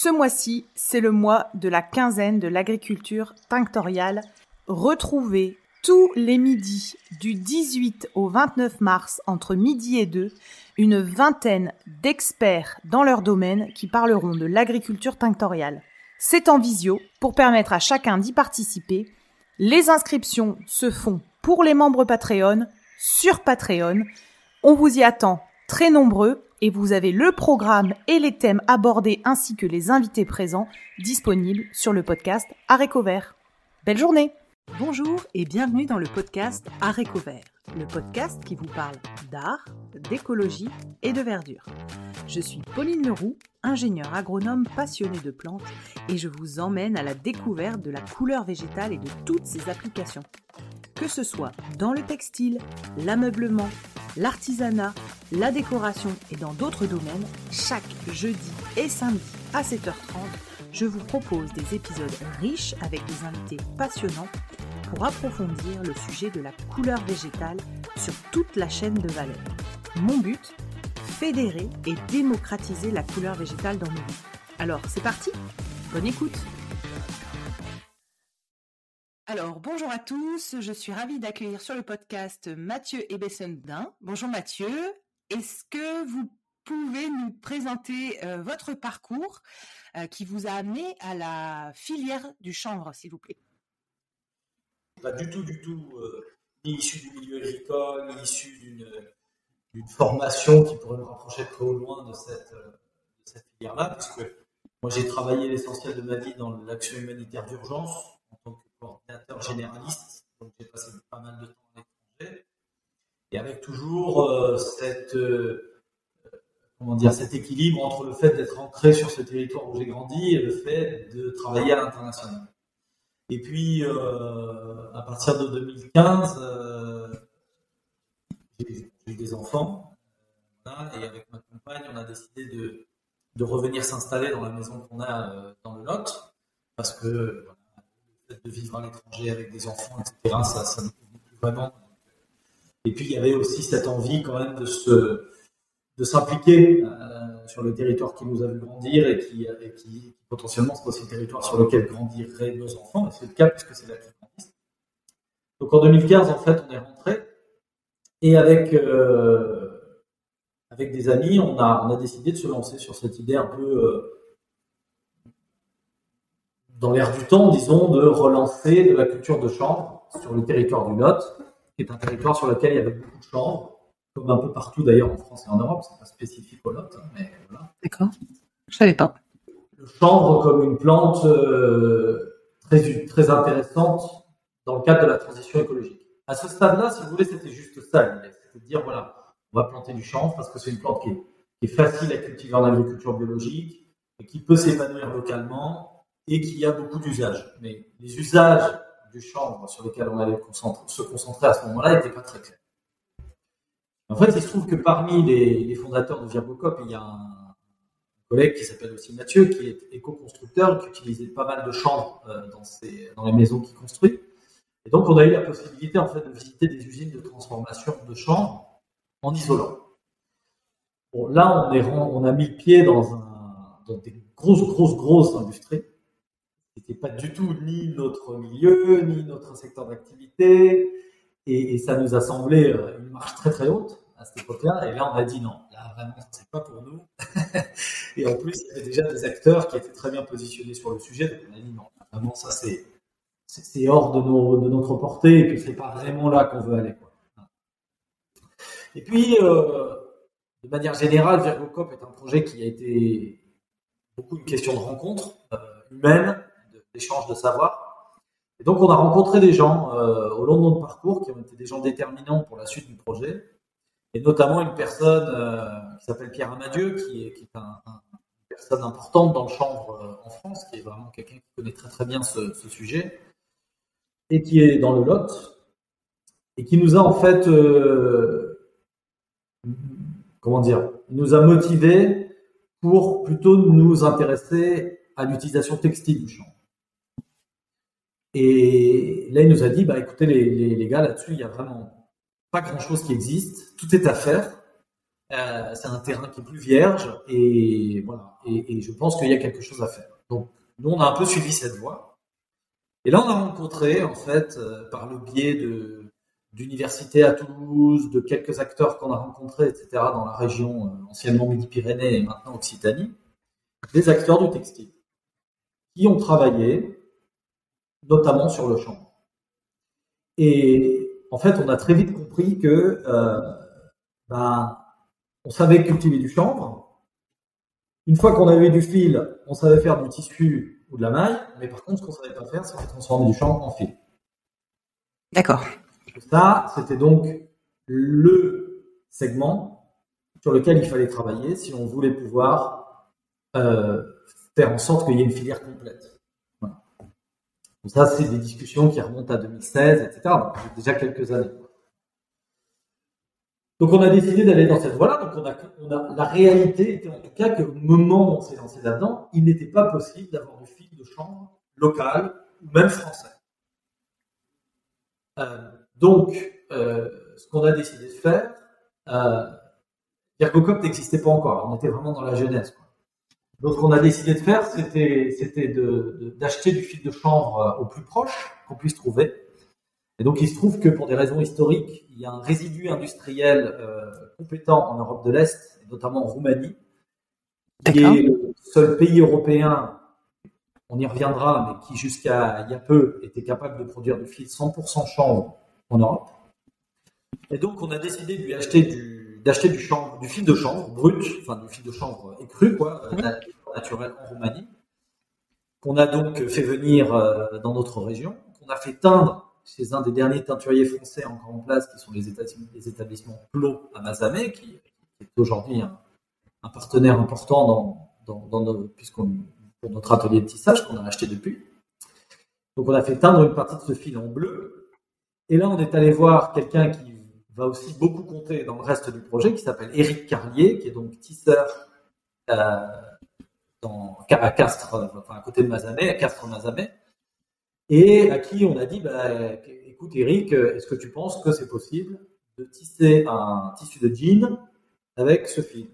Ce mois-ci, c'est le mois de la quinzaine de l'agriculture tinctoriale. Retrouvez tous les midis du 18 au 29 mars, entre midi et 2, une vingtaine d'experts dans leur domaine qui parleront de l'agriculture tinctoriale. C'est en visio pour permettre à chacun d'y participer. Les inscriptions se font pour les membres Patreon sur Patreon. On vous y attend très nombreux et vous avez le programme et les thèmes abordés ainsi que les invités présents disponibles sur le podcast Haricots Verts. Belle journée! Bonjour et bienvenue dans le podcast Haricots Verts, le podcast qui vous parle d'art, d'écologie et de verdure. Je suis Pauline Leroux, ingénieure agronome passionnée de plantes et je vous emmène à la découverte de la couleur végétale et de toutes ses applications. Que ce soit dans le textile, l'ameublement, l'artisanat, la décoration et dans d'autres domaines, chaque jeudi et samedi à 7h30, je vous propose des épisodes riches avec des invités passionnants pour approfondir le sujet de la couleur végétale sur toute la chaîne de valeur. Mon but, fédérer et démocratiser la couleur végétale dans nos vies. Alors, c'est parti, bonne écoute. Alors, bonjour à tous, je suis ravie d'accueillir sur le podcast Mathieu Ebessendin. Bonjour Mathieu, est-ce que vous pouvez nous présenter votre parcours qui vous a amené à la filière du chanvre, s'il vous plaît? Pas du tout, ni issu du milieu agricole, ni issu d'une formation qui pourrait me rapprocher très au loin de cette filière-là, puisque moi j'ai travaillé l'essentiel de ma vie dans l'action humanitaire d'urgence en tant que coordinateur généraliste, donc j'ai passé pas mal de temps à l'étranger, et avec toujours cet équilibre entre le fait d'être ancré sur ce territoire où j'ai grandi et le fait de travailler à l'international. Et puis, à partir de 2015, j'ai eu des enfants, et avec ma compagne, on a décidé de revenir s'installer dans la maison qu'on a dans le Lot, parce que le fait de vivre à l'étranger avec des enfants, etc., ça ne convenait plus vraiment. Et puis, il y avait aussi cette envie quand même de s'impliquer sur le territoire qui nous a vu grandir et qui potentiellement c'est aussi le territoire sur lequel grandiraient nos enfants, et c'est le cas puisque c'est là qu'ils grandissent. Donc en 2015, en fait, on est rentré et avec des amis, on a décidé de se lancer sur cette idée un peu dans l'air du temps, disons, de relancer de la culture de chanvre sur le territoire du Lot, qui est un territoire sur lequel il y avait beaucoup de chanvre, comme un peu partout d'ailleurs en France et en Europe, c'est pas spécifique au Lot, mais voilà. D'accord, je savais pas. Le chanvre comme une plante très intéressante dans le cadre de la transition écologique. À ce stade-là, si vous voulez, c'était juste ça l'idée, c'était de dire voilà, on va planter du chanvre parce que c'est une plante qui est facile à cultiver en agriculture biologique et qui peut s'épanouir localement et qui a beaucoup d'usages. Mais les usages du chanvre sur lesquels on allait se concentrer à ce moment-là n'étaient pas très clairs. En fait, il se trouve que parmi les fondateurs de Virgocop, il y a un collègue qui s'appelle aussi Mathieu, qui est éco-constructeur, qui utilisait pas mal de chanvre dans les maisons qu'il construit. Et donc, on a eu la possibilité en fait de visiter des usines de transformation de chanvre en isolant. Bon, là, on a mis le pied dans des grosses industries. C'était pas du tout ni notre milieu, ni notre secteur d'activité, et ça nous a semblé une marche très très haute à cette époque-là. Et là, on a dit non, là vraiment, c'est pas pour nous. Et en plus, il y avait déjà des acteurs qui étaient très bien positionnés sur le sujet. Donc on a dit non, vraiment, ça c'est hors de notre portée, et puis c'est pas vraiment là qu'on veut aller, quoi. Et puis, de manière générale, Virgocop est un projet qui a été beaucoup une question de rencontre humaine, d'échange de savoir. Et donc, on a rencontré des gens au long de notre parcours qui ont été des gens déterminants pour la suite du projet, et notamment une personne qui s'appelle Pierre Amadieu, qui est une personne importante dans le chanvre en France, qui est vraiment quelqu'un qui connaît très très bien ce sujet, et qui est dans le Lot, et qui nous a en fait, il nous a motivés pour plutôt nous intéresser à l'utilisation textile du chanvre. Et là, il nous a dit, écoutez les gars, là-dessus, il n'y a vraiment pas grand-chose qui existe. Tout est à faire. C'est un terrain qui est plus vierge et voilà. Et je pense qu'il y a quelque chose à faire. Donc, nous, on a un peu suivi cette voie. Et là, on a rencontré, en fait, par le biais d'universités à Toulouse, de quelques acteurs qu'on a rencontrés, etc., dans la région anciennement Midi-Pyrénées et maintenant Occitanie, des acteurs du textile qui ont travaillé notamment sur le chanvre. Et en fait, on a très vite compris que on savait cultiver du chanvre. Une fois qu'on avait du fil, on savait faire du tissu ou de la maille, mais par contre, ce qu'on savait pas faire, c'était transformer du chanvre en fil. D'accord. Ça, c'était donc le segment sur lequel il fallait travailler si on voulait pouvoir faire en sorte qu'il y ait une filière complète. Voilà. Donc ça, c'est des discussions qui remontent à 2016, etc. Donc, déjà quelques années. Donc on a décidé d'aller dans cette voie-là. Donc la réalité était en tout cas qu'au moment où on s'est lancé là-dedans, il n'était pas possible d'avoir du fil de chanvre local ou même français. Donc, ce qu'on a décidé de faire, Ergocop n'existait pas encore. On était vraiment dans la genèse, quoi. Donc, ce qu'on a décidé de faire, c'était d'acheter du fil de chanvre au plus proche qu'on puisse trouver. Et donc, il se trouve que pour des raisons historiques, il y a un résidu industriel compétent en Europe de l'Est, et notamment en Roumanie, qui est le seul pays européen, on y reviendra, mais qui jusqu'à il y a peu était capable de produire du fil 100% chanvre en Europe. Et donc, on a décidé de lui d'acheter du fil de chanvre brut, enfin du fil de chanvre écru, quoi, naturel en Roumanie, qu'on a donc fait venir dans notre région, qu'on a fait teindre chez un des derniers teinturiers français encore en place, qui sont les établissements Plot à Mazamet, qui est aujourd'hui un partenaire important pour notre atelier de tissage qu'on a acheté depuis. Donc on a fait teindre une partie de ce fil en bleu. Et là, on est allé voir quelqu'un qui va aussi beaucoup compter dans le reste du projet, qui s'appelle Éric Carlier, qui est donc tisseur à Castres, enfin à côté de Mazamet, à Castres-Mazamet, et à qui on a dit, écoute Éric, est-ce que tu penses que c'est possible de tisser un tissu de jean avec ce fil?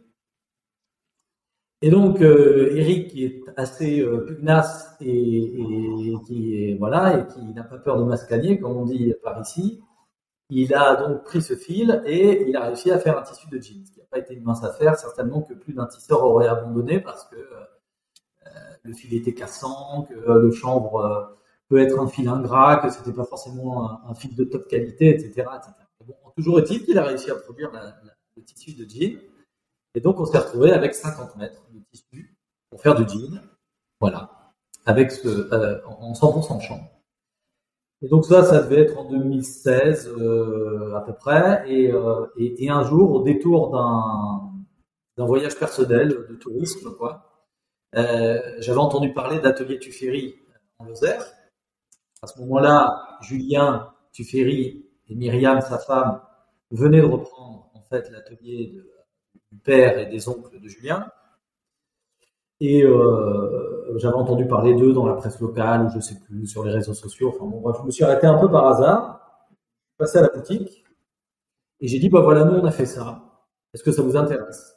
Et donc Éric, qui est assez pugnace et qui n'a pas peur de mascagner, comme on dit par ici, il a donc pris ce fil et il a réussi à faire un tissu de jean, ce qui n'a pas été une mince affaire, certainement que plus d'un tisseur aurait abandonné parce que le fil était cassant, que le chanvre peut être un fil ingrat, que c'était pas forcément un fil de top qualité, etc. Bon, toujours est-il qu'il a réussi à produire le tissu de jean. Et donc, on s'est retrouvé avec 50 mètres de tissu pour faire du jean. Voilà. Avec en 100% chanvre. Et donc, ça devait être en 2016, à peu près. Et un jour, au détour d'un voyage personnel de tourisme, quoi, j'avais entendu parler d'Atelier Tuffery en Lozère. À ce moment-là, Julien Tuffery et Myriam, sa femme, venaient de reprendre, en fait, l'atelier du père et des oncles de Julien. Et j'avais entendu parler d'eux dans la presse locale, ou je sais plus, sur les réseaux sociaux. Enfin bon, bref, je me suis arrêté un peu par hasard, passé à la boutique, et j'ai dit, voilà, nous on a fait ça. Est-ce que ça vous intéresse?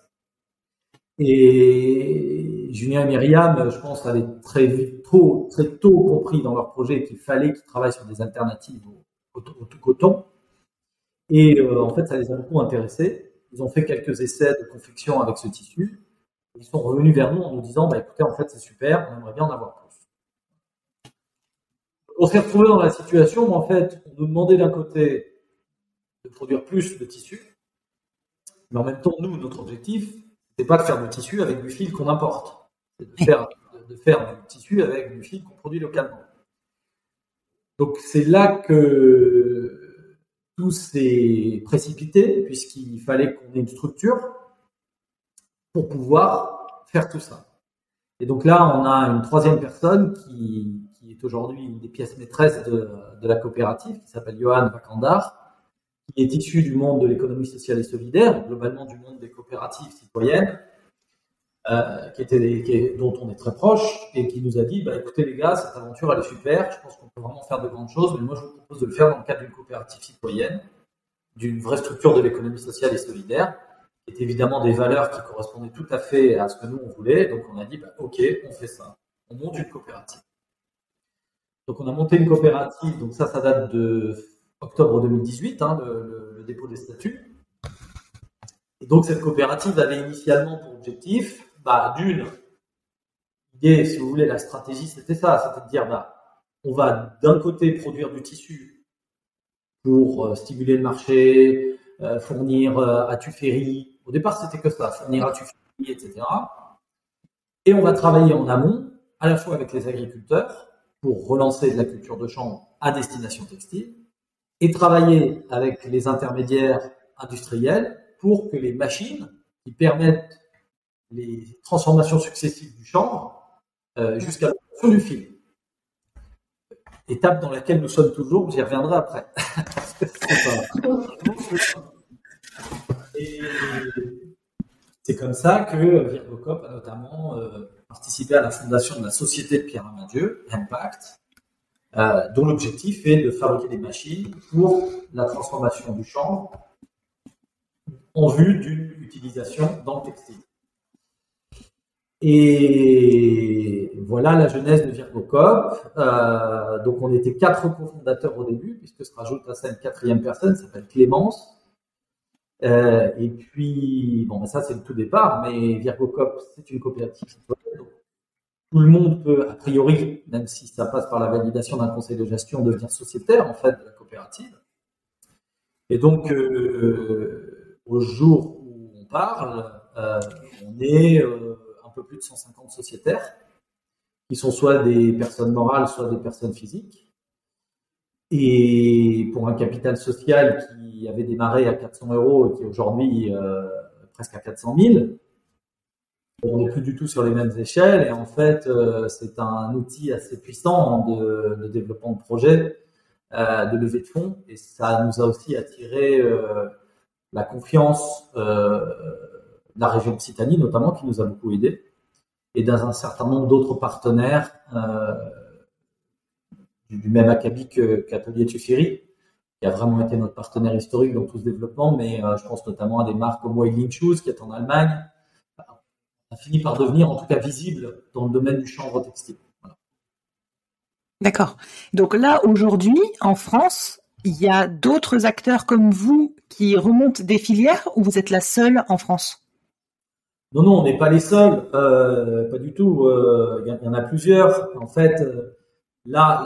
Et Julien et Myriam, je pense, avaient très tôt compris dans leur projet qu'il fallait qu'ils travaillent sur des alternatives au coton. Et en fait, ça les a beaucoup intéressés. Ils ont fait quelques essais de confection avec ce tissu. Ils sont revenus vers nous en nous disant, écoutez, en fait, c'est super, on aimerait bien en avoir plus. On s'est retrouvés dans la situation où, en fait, on nous demandait d'un côté de produire plus de tissu, mais en même temps, nous, notre objectif, c'est pas de faire du tissu avec du fil qu'on importe. C'est de faire du tissu avec du fil qu'on produit localement. Donc, c'est là que tout s'est précipité, puisqu'il fallait qu'on ait une structure pour pouvoir faire tout ça. Et donc là, on a une troisième personne qui est aujourd'hui une des pièces maîtresses de la coopérative, qui s'appelle Johan Vakandar, qui est issu du monde de l'économie sociale et solidaire, globalement du monde des coopératives citoyennes, dont on est très proche, et qui nous a dit, écoutez les gars, cette aventure elle est super, je pense qu'on peut vraiment faire de grandes choses, mais moi je vous propose de le faire dans le cadre d'une coopérative citoyenne, d'une vraie structure de l'économie sociale et solidaire, qui étaient évidemment des valeurs qui correspondaient tout à fait à ce que nous on voulait. Donc on a dit ok, on fait ça, on monte une coopérative. Donc on a monté une coopérative, donc ça date de octobre 2018, le dépôt des statuts. Et donc cette coopérative avait initialement pour objectif, l'idée, si vous voulez, la stratégie, c'était ça, c'était de dire, on va d'un côté produire du tissu pour stimuler le marché, fournir à Tuffery. Au départ, c'était que ça, fournir à Tuffery, etc. Et on va travailler en amont, à la fois avec les agriculteurs, pour relancer de la culture de chanvre à destination textile, et travailler avec les intermédiaires industriels pour que les machines qui permettent les transformations successives du chanvre jusqu'à la production du fil. Étape dans laquelle nous sommes toujours, j'y reviendrai après. Et c'est comme ça que Virgocop a notamment participé à la fondation de la société de Pierre Amandieu, Impact, dont l'objectif est de fabriquer des machines pour la transformation du chanvre en vue d'une utilisation dans le textile. Et voilà la genèse de Virgocop. Donc on était 4 cofondateurs au début, puisque se rajoute à ça une 4e personne, qui s'appelle Clémence. Et puis, ça c'est le tout départ, mais Virgocop, c'est une coopérative citoyenne. Donc, tout le monde peut, a priori, même si ça passe par la validation d'un conseil de gestion, devenir sociétaire en fait de la coopérative. Et donc, au jour où on parle, on est un peu plus de 150 sociétaires, qui sont soit des personnes morales, soit des personnes physiques. Et pour un capital social qui avait démarré à 400 € et qui est aujourd'hui presque à 400 000, on n'est plus du tout sur les mêmes échelles. Et en fait, c'est un outil assez puissant de développement de projets, de levée de fonds. Et ça nous a aussi attiré la confiance de la région Occitanie, notamment, qui nous a beaucoup aidés, et dans un certain nombre d'autres partenaires du même acabit qu'Atelier Tuffery, qui a vraiment été notre partenaire historique dans tout ce développement, mais je pense notamment à des marques comme Wailing Shoes, qui est en Allemagne, a fini par devenir en tout cas visible dans le domaine du chanvre textile. Voilà. D'accord. Donc là, aujourd'hui, en France, il y a d'autres acteurs comme vous qui remontent des filières, ou vous êtes la seule en France? Non, on n'est pas les seuls, pas du tout. Il y en a plusieurs. En fait, là,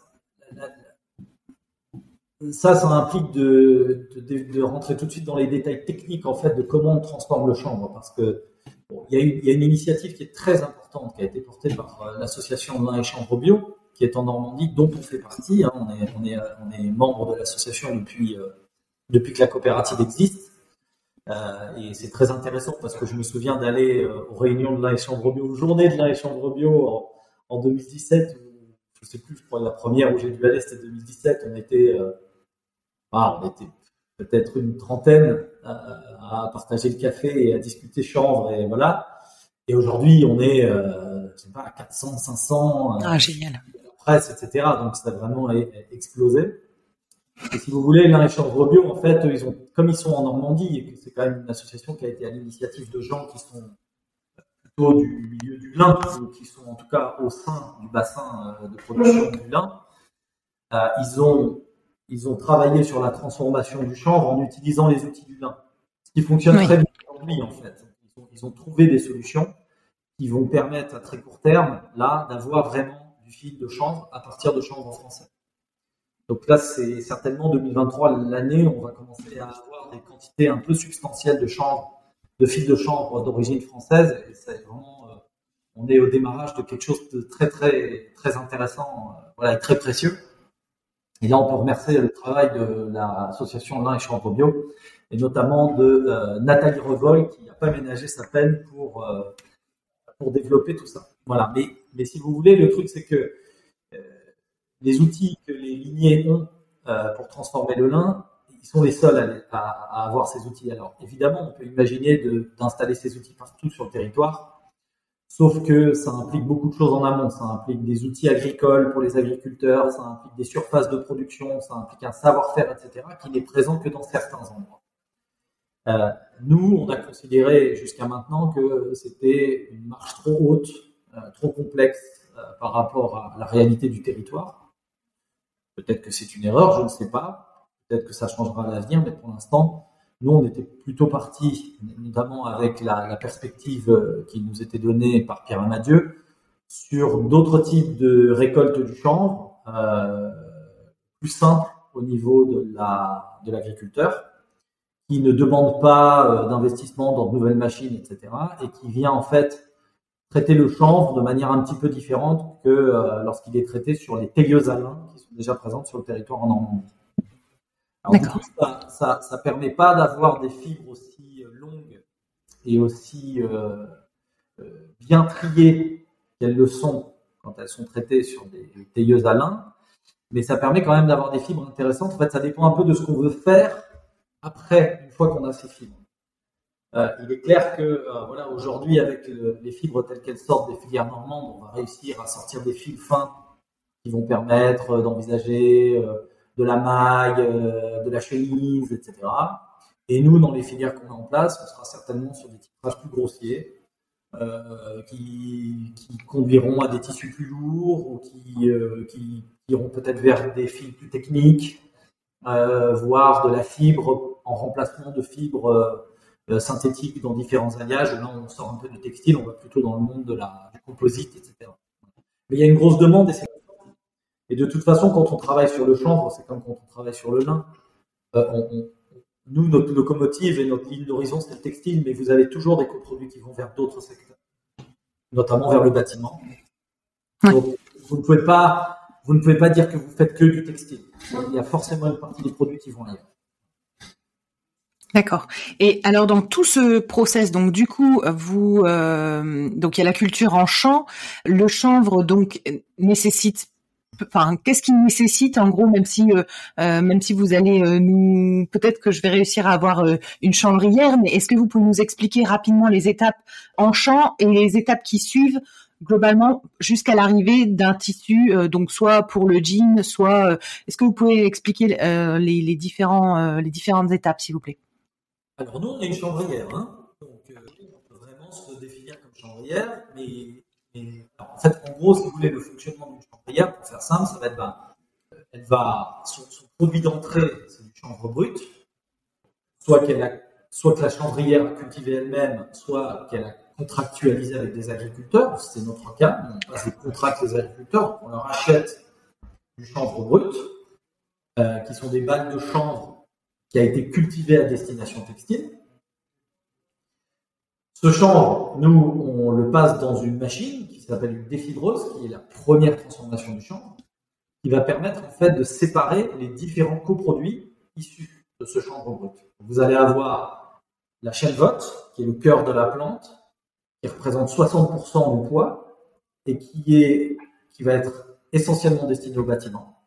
ça implique de rentrer tout de suite dans les détails techniques en fait de comment on transforme le chanvre, parce que il y a une initiative qui est très importante qui a été portée par l'association de lin et chanvre bio, qui est en Normandie, dont on fait partie. On est membre de l'association depuis que la coopérative existe. Et c'est très intéressant parce que je me souviens d'aller aux réunions de lin et chanvre bio, aux journées de lin et chanvre bio en 2017. Je sais plus, je crois la première où j'ai dû aller, c'était 2017. On était peut-être une trentaine à partager le café et à discuter chanvre, et voilà. Et aujourd'hui, on est, je sais pas, à 400, 500. Génial. Presse, etc. Donc, ça a vraiment explosé. Et si vous voulez, lin et chanvre bio, en fait, comme ils sont en Normandie, et que c'est quand même une association qui a été à l'initiative de gens qui sont plutôt du milieu du lin, ou qui sont en tout cas au sein du bassin de production du lin, ils ont travaillé sur la transformation du chanvre en utilisant les outils du lin. Ce qui fonctionne très bien aujourd'hui, en fait. Ils ont trouvé des solutions qui vont permettre à très court terme, là, d'avoir vraiment du fil de chanvre à partir de chanvre français. Donc là, c'est certainement 2023 l'année où on va commencer à avoir des quantités un peu substantielles de chanvre, de fil de chanvre d'origine française. Et c'est vraiment, on est au démarrage de quelque chose de très, très, très intéressant, et très précieux. Et là, on peut remercier le travail de l'association lin et chanvre bio, et notamment de Nathalie Revol, qui n'a pas ménagé sa peine pour développer tout ça. Voilà. Mais si vous voulez, le truc, c'est que les outils que les liniers ont pour transformer le lin, ils sont les seuls à avoir ces outils. Alors, évidemment, on peut imaginer d'installer ces outils partout sur le territoire, sauf que ça implique beaucoup de choses en amont. Ça implique des outils agricoles pour les agriculteurs, ça implique des surfaces de production, ça implique un savoir-faire, etc., qui n'est présent que dans certains endroits. Nous, on a considéré jusqu'à maintenant que c'était une marche trop haute, trop complexe par rapport à la réalité du territoire. Peut-être que c'est une erreur, je ne sais pas. Peut-être que ça changera à l'avenir, mais pour l'instant, nous, on était plutôt partis, notamment avec la perspective qui nous était donnée par Pierre Amadieu, sur d'autres types de récoltes du chanvre, plus simples au niveau de l'agriculteur, qui ne demande pas d'investissement dans de nouvelles machines, etc., et qui vient en fait traiter le chanvre de manière un petit peu différente que lorsqu'il est traité sur les tailleuses à lin qui sont déjà présentes sur le territoire en Normandie. Alors, du coup, ça permet pas d'avoir des fibres aussi longues et aussi bien triées qu'elles le sont quand elles sont traitées sur des tailleuses à lin, mais ça permet quand même d'avoir des fibres intéressantes. En fait, ça dépend un peu de ce qu'on veut faire après, une fois qu'on a ces fibres. Il est clair que voilà, aujourd'hui, avec les fibres telles qu'elles sortent des filières normandes, on va réussir à sortir des fils fins qui vont permettre d'envisager de la maille, de la chemise, etc. Et nous, dans les filières qu'on met en place, on sera certainement sur des titrages plus grossiers, qui conduiront à des tissus plus lourds ou qui iront peut-être vers des fils plus techniques, voire de la fibre en remplacement de fibres synthétiques dans différents alliages. Là, on sort un peu du textile, on va plutôt dans le monde du composite, etc. Mais il y a une grosse demande et de toute façon, quand on travaille sur le chanvre, c'est comme quand on travaille sur le lin. Nous, notre locomotive et notre ligne d'horizon, c'est le textile, mais vous avez toujours des coproduits qui vont vers d'autres secteurs, notamment vers le bâtiment. Donc, vous ne pouvez pas dire que vous faites que du textile. Il y a forcément une partie des produits qui vont ailleurs. D'accord. Et alors dans tout ce process, donc du coup, donc il y a la culture en champ, le chanvre donc nécessite. Enfin, qu'est-ce qui nécessite en gros, même si vous allez nous, peut-être que je vais réussir à avoir une chanvrière, mais est-ce que vous pouvez nous expliquer rapidement les étapes en champ et les étapes qui suivent globalement jusqu'à l'arrivée d'un tissu, donc soit pour le jean, soit est-ce que vous pouvez expliquer les différentes étapes, s'il vous plaît? Alors nous, on est une chanvrière, hein, donc on peut vraiment se définir comme chanvrière, mais alors, en fait, en gros, si vous voulez, le fonctionnement d'une chanvrière, pour faire simple, ça va être, son produit d'entrée, c'est du chanvre brut, soit que la chanvrière a cultivé elle-même, soit qu'elle a contractualisé avec des agriculteurs, c'est notre cas, on passe des contrats avec les agriculteurs, on leur achète du chanvre brut, qui sont des balles de chanvre qui a été cultivé à destination textile. Ce chanvre, nous, on le passe dans une machine qui s'appelle une défibreuse, qui est la première transformation du chanvre, qui va permettre en fait de séparer les différents coproduits issus de ce chanvre brut. Vous allez avoir la chènevotte, qui est le cœur de la plante, qui représente 60% du poids et qui va être essentiellement destiné au bâtiment.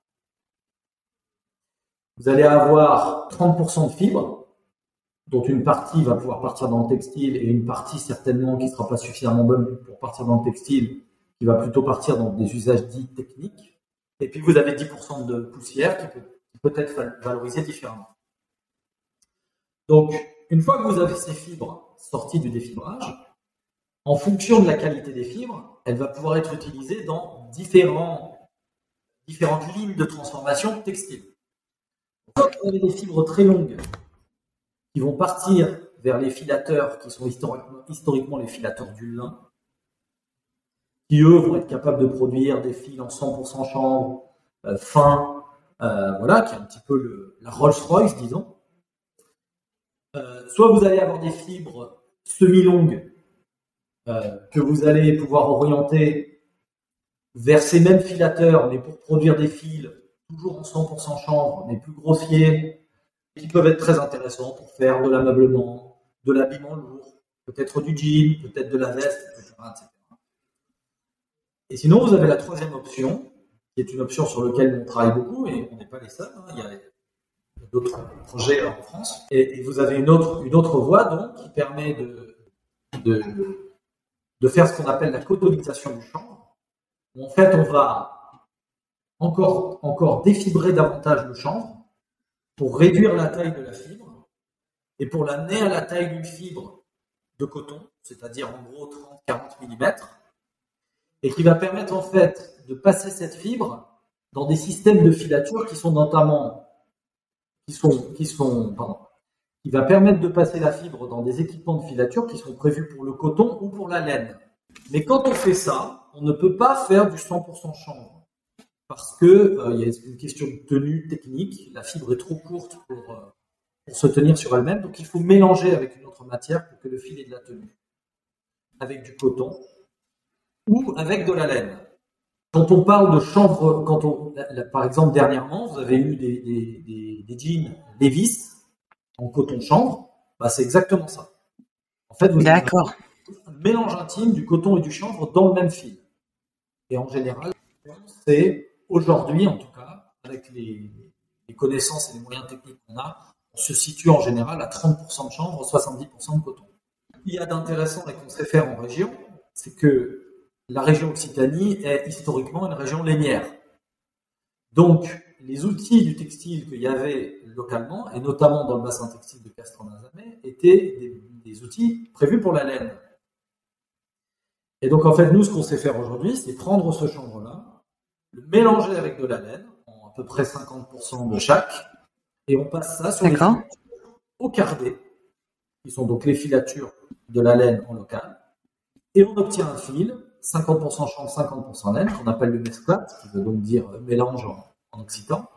Vous allez avoir 30% de fibres, dont une partie va pouvoir partir dans le textile et une partie certainement qui ne sera pas suffisamment bonne pour partir dans le textile, qui va plutôt partir dans des usages dits techniques. Et puis vous avez 10% de poussière qui peut être valorisée différemment. Donc, une fois que vous avez ces fibres sorties du défibrage, en fonction de la qualité des fibres, elle va pouvoir être utilisée dans différentes lignes de transformation textile. Quand vous avez des fibres très longues qui vont partir vers les filateurs qui sont historiquement les filateurs du lin, qui eux vont être capables de produire des fils en 100% chanvre, fin, voilà, qui est un petit peu la Rolls-Royce, disons. Soit vous allez avoir des fibres semi-longues que vous allez pouvoir orienter vers ces mêmes filateurs, mais pour produire des fils toujours en 100% chanvre, mais plus grossiers, qui peuvent être très intéressants pour faire de l'ameublement, de l'habillement lourd, peut-être du jean, peut-être de la veste, etc. Et sinon, vous avez la troisième option, qui est une option sur laquelle on travaille beaucoup, et on n'est pas les seuls, hein, il y a d'autres projets en France, et vous avez une autre voie donc qui permet de faire ce qu'on appelle la cotonisation du chanvre, où en fait on va encore défibrer davantage le chanvre pour réduire la taille de la fibre et pour l'amener à la taille d'une fibre de coton, c'est-à-dire en gros 30-40 mm, et qui va permettre en fait de passer cette fibre dans des systèmes de filature qui va permettre de passer la fibre dans des équipements de filature qui sont prévus pour le coton ou pour la laine. Mais quand on fait ça, on ne peut pas faire du 100% chanvre parce que il y a une question de tenue technique. La fibre est trop courte pour se tenir sur elle-même, donc il faut mélanger avec une autre matière pour que le fil ait de la tenue, avec du coton ou avec de la laine. Quand on parle de chanvre, par exemple dernièrement, vous avez eu des jeans Levi's en coton chanvre, c'est exactement ça. En fait, vous avez un mélange intime du coton et du chanvre dans le même fil. Et en général, c'est aujourd'hui, en tout cas, avec les connaissances et les moyens techniques qu'on a, on se situe en général à 30% de chanvre, 70% de coton. Ce qu'il y a d'intéressant et qu'on sait faire en région, c'est que la région Occitanie est historiquement une région lainière. Donc, les outils du textile qu'il y avait localement, et notamment dans le bassin textile de Castres-en-Mazamet, étaient des outils prévus pour la laine. Et donc, en fait, nous, ce qu'on sait faire aujourd'hui, c'est prendre ce chanvre-là, le mélanger avec de la laine, en à peu près 50% de chaque, et on passe ça sur les filatures au cardé, qui sont donc les filatures de la laine en local, et on obtient un fil 50% chanvre, 50% laine, qu'on appelle le mesclate, qui veut donc dire mélange en occitan,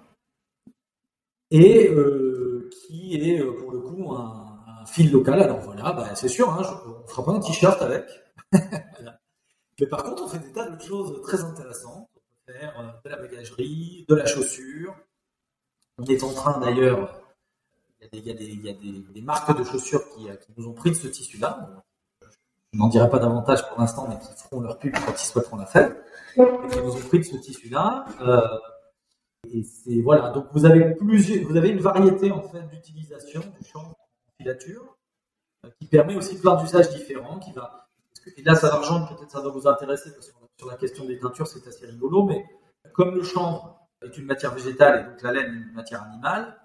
et qui est pour le coup un fil local. Alors voilà, c'est sûr, on ne fera pas un t-shirt avec. Mais par contre, on fait des tas de choses très intéressantes. On peut faire de la bagagerie, de la chaussure. On est en train d'ailleurs, il y a des marques de chaussures qui nous ont pris de ce tissu-là. Je n'en dirai pas davantage pour l'instant, mais qui feront leur pub quand ils souhaiteront la faire, et qui nous ont pris de ce tissu-là. Et c'est voilà. Donc vous avez une variété en fait d'utilisation du chanvre en filature qui permet aussi plein d'usages différents. Et là, ça va rejoindre, peut-être ça va vous intéresser parce que sur la question des teintures, c'est assez rigolo. Mais comme le chanvre est une matière végétale et donc la laine une matière animale,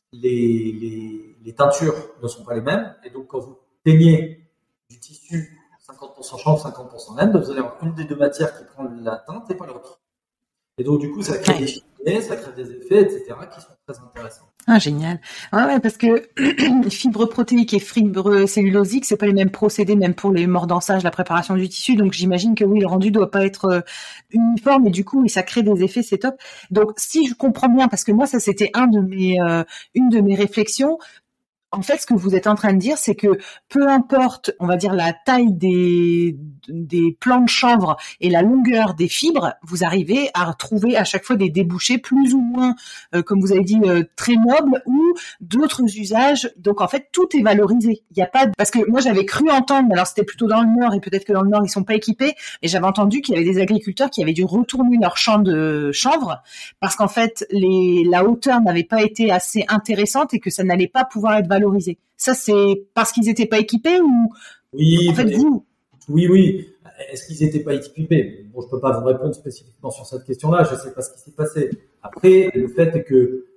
les teintures ne sont pas les mêmes. Et donc quand vous teignez du tissu 50% chanvre, 50% laine, vous allez avoir une des deux matières qui prend la teinte et pas l'autre. Et donc, du coup, ça crée des filets, ça crée des effets, etc., qui sont très intéressants. Ah, génial. Ouais, parce que fibre protéique et fibre cellulosique, c'est pas les mêmes procédés, même pour les mordançages, la préparation du tissu. Donc, j'imagine que oui, le rendu doit pas être uniforme et du coup, ça crée des effets, c'est top. Donc, si je comprends bien, parce que moi, ça, c'était une de mes réflexions. En fait, ce que vous êtes en train de dire, c'est que peu importe, on va dire, la taille des plants de chanvre et la longueur des fibres, vous arrivez à trouver à chaque fois des débouchés plus ou moins, comme vous avez dit, très nobles ou d'autres usages. Donc, en fait, tout est valorisé. Il y a pas parce que moi, j'avais cru entendre, alors c'était plutôt dans le Nord et peut-être que dans le Nord, ils sont pas équipés, mais j'avais entendu qu'il y avait des agriculteurs qui avaient dû retourner leur champ de chanvre parce qu'en fait, la hauteur n'avait pas été assez intéressante et que ça n'allait pas pouvoir être valorisé. Ça, c'est parce qu'ils n'étaient pas équipés ou oui, en fait vous Oui. Est-ce qu'ils n'étaient pas équipés? Bon, je peux pas vous répondre spécifiquement sur cette question-là. Je sais pas ce qui s'est passé. Après, le fait est que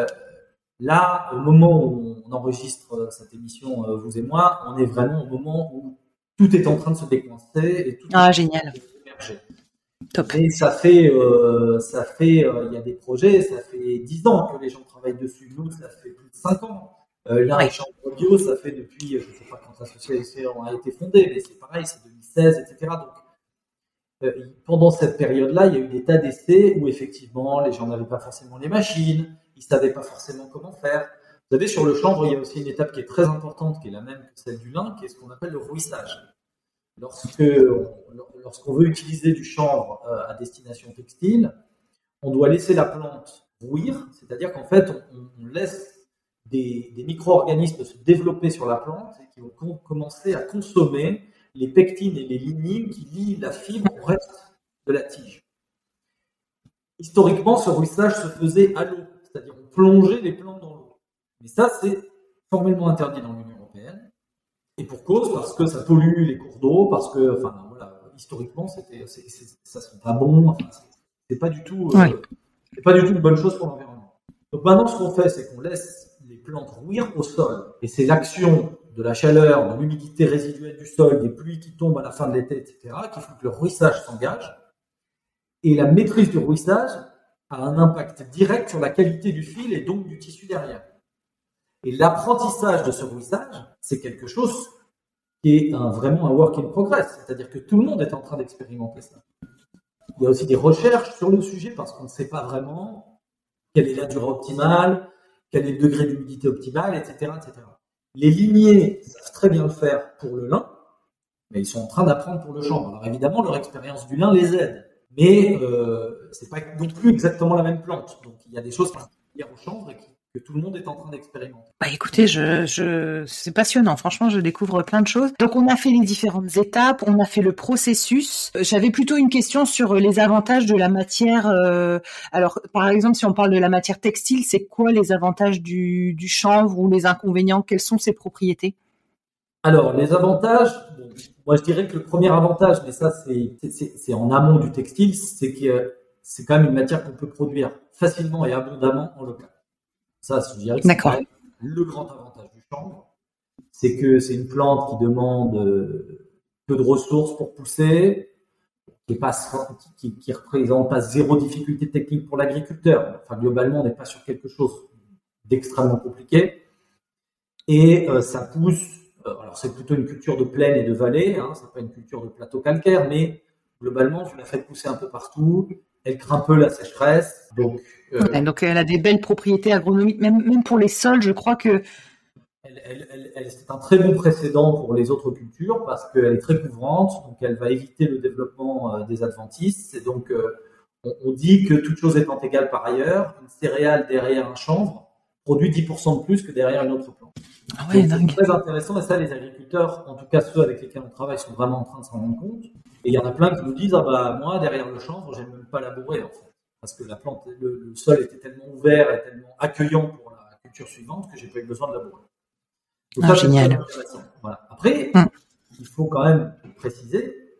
là, au moment où on enregistre cette émission, vous et moi, on est vraiment au moment où tout est en train de se décoincer et tout est génial. Émerger. Top. Et ça fait, il y a des projets, ça fait 10 ans que les gens travaillent dessus. Nous, ça fait plus de 5 ans. Là, les chambres bio, ça fait depuis, je ne sais pas quand l'association a été fondée, mais c'est pareil, c'est 2016, etc. Donc, pendant cette période-là, il y a eu des tas d'essais où effectivement, les gens n'avaient pas forcément les machines, ils ne savaient pas forcément comment faire. Vous savez, sur le chanvre, il y a aussi une étape qui est très importante, qui est la même que celle du lin, qui est ce qu'on appelle le rouissage. Lorsqu'on veut utiliser du chanvre à destination textile, on doit laisser la plante rouir, c'est-à-dire qu'en fait, on laisse des micro-organismes se développer sur la plante et qui vont commencer à consommer les pectines et les lignines qui lient la fibre au reste de la tige. Historiquement, ce rouissage se faisait à l'eau, c'est-à-dire on plongeait les plantes dans l'eau. Mais ça, c'est formellement interdit dans l'Union européenne. Et pour cause, parce que ça pollue les cours d'eau, parce que, historiquement, ça serait pas bon, c'est pas du tout, c'est pas du tout une bonne chose pour l'environnement. Donc maintenant, ce qu'on fait, c'est qu'on laisse les plantes rouir au sol. Et c'est l'action de la chaleur, de l'humidité résiduelle du sol, des pluies qui tombent à la fin de l'été, etc., qui font que le rouissage s'engage. Et la maîtrise du rouissage a un impact direct sur la qualité du fil et donc du tissu derrière. Et l'apprentissage de ce rouissage, c'est quelque chose qui est vraiment un work in progress. C'est-à-dire que tout le monde est en train d'expérimenter ça. Il y a aussi des recherches sur le sujet parce qu'on ne sait pas vraiment quelle est la durée optimale, quel est le degré d'humidité optimal, etc., etc. Les lignées savent très bien le faire pour le lin, mais ils sont en train d'apprendre pour le chanvre. Alors évidemment, leur expérience du lin les aide, mais c'est pas non plus exactement la même plante. Donc il y a des choses particulières au chanvre et que tout le monde est en train d'expérimenter. Bah écoutez, c'est passionnant. Franchement, je découvre plein de choses. Donc, on a fait les différentes étapes, on a fait le processus. J'avais plutôt une question sur les avantages de la matière. Alors, par exemple, si on parle de la matière textile, c'est quoi les avantages du chanvre ou les inconvénients? Quelles sont ses propriétés? Alors, les avantages, bon, moi je dirais que le premier avantage, mais ça c'est en amont du textile, c'est que c'est quand même une matière qu'on peut produire facilement et abondamment en local. Ça, je dirais que c'est quand même le grand avantage du chanvre, c'est que c'est une plante qui demande peu de ressources pour pousser, qui représente pas zéro difficulté technique pour l'agriculteur. Enfin, globalement, on n'est pas sur quelque chose d'extrêmement compliqué. Et ça pousse, alors c'est plutôt une culture de plaine et de vallée, hein, c'est pas une culture de plateau calcaire, mais globalement, vous la faites pousser un peu partout. Elle craint peu la sécheresse, donc elle a des belles propriétés agronomiques, même pour les sols, je crois que c'est un très bon précédent pour les autres cultures parce qu'elle est très couvrante, donc elle va éviter le développement des adventices. Et donc, on dit que toute chose étant égale par ailleurs, une céréale derrière un chanvre produit 10% de plus que derrière une autre plante. Ah ouais, donc, c'est très intéressant et ça, les agriculteurs, en tout cas ceux avec lesquels on travaille, sont vraiment en train de s'en rendre compte. Et il y en a plein qui nous disent moi, derrière le chanvre, j'aime même pas labourer en fait. Parce que la plante, le sol était tellement ouvert et tellement accueillant pour la culture suivante que j'ai pas eu besoin de labourer. Donc ça, génial. Voilà. Après, il faut quand même préciser,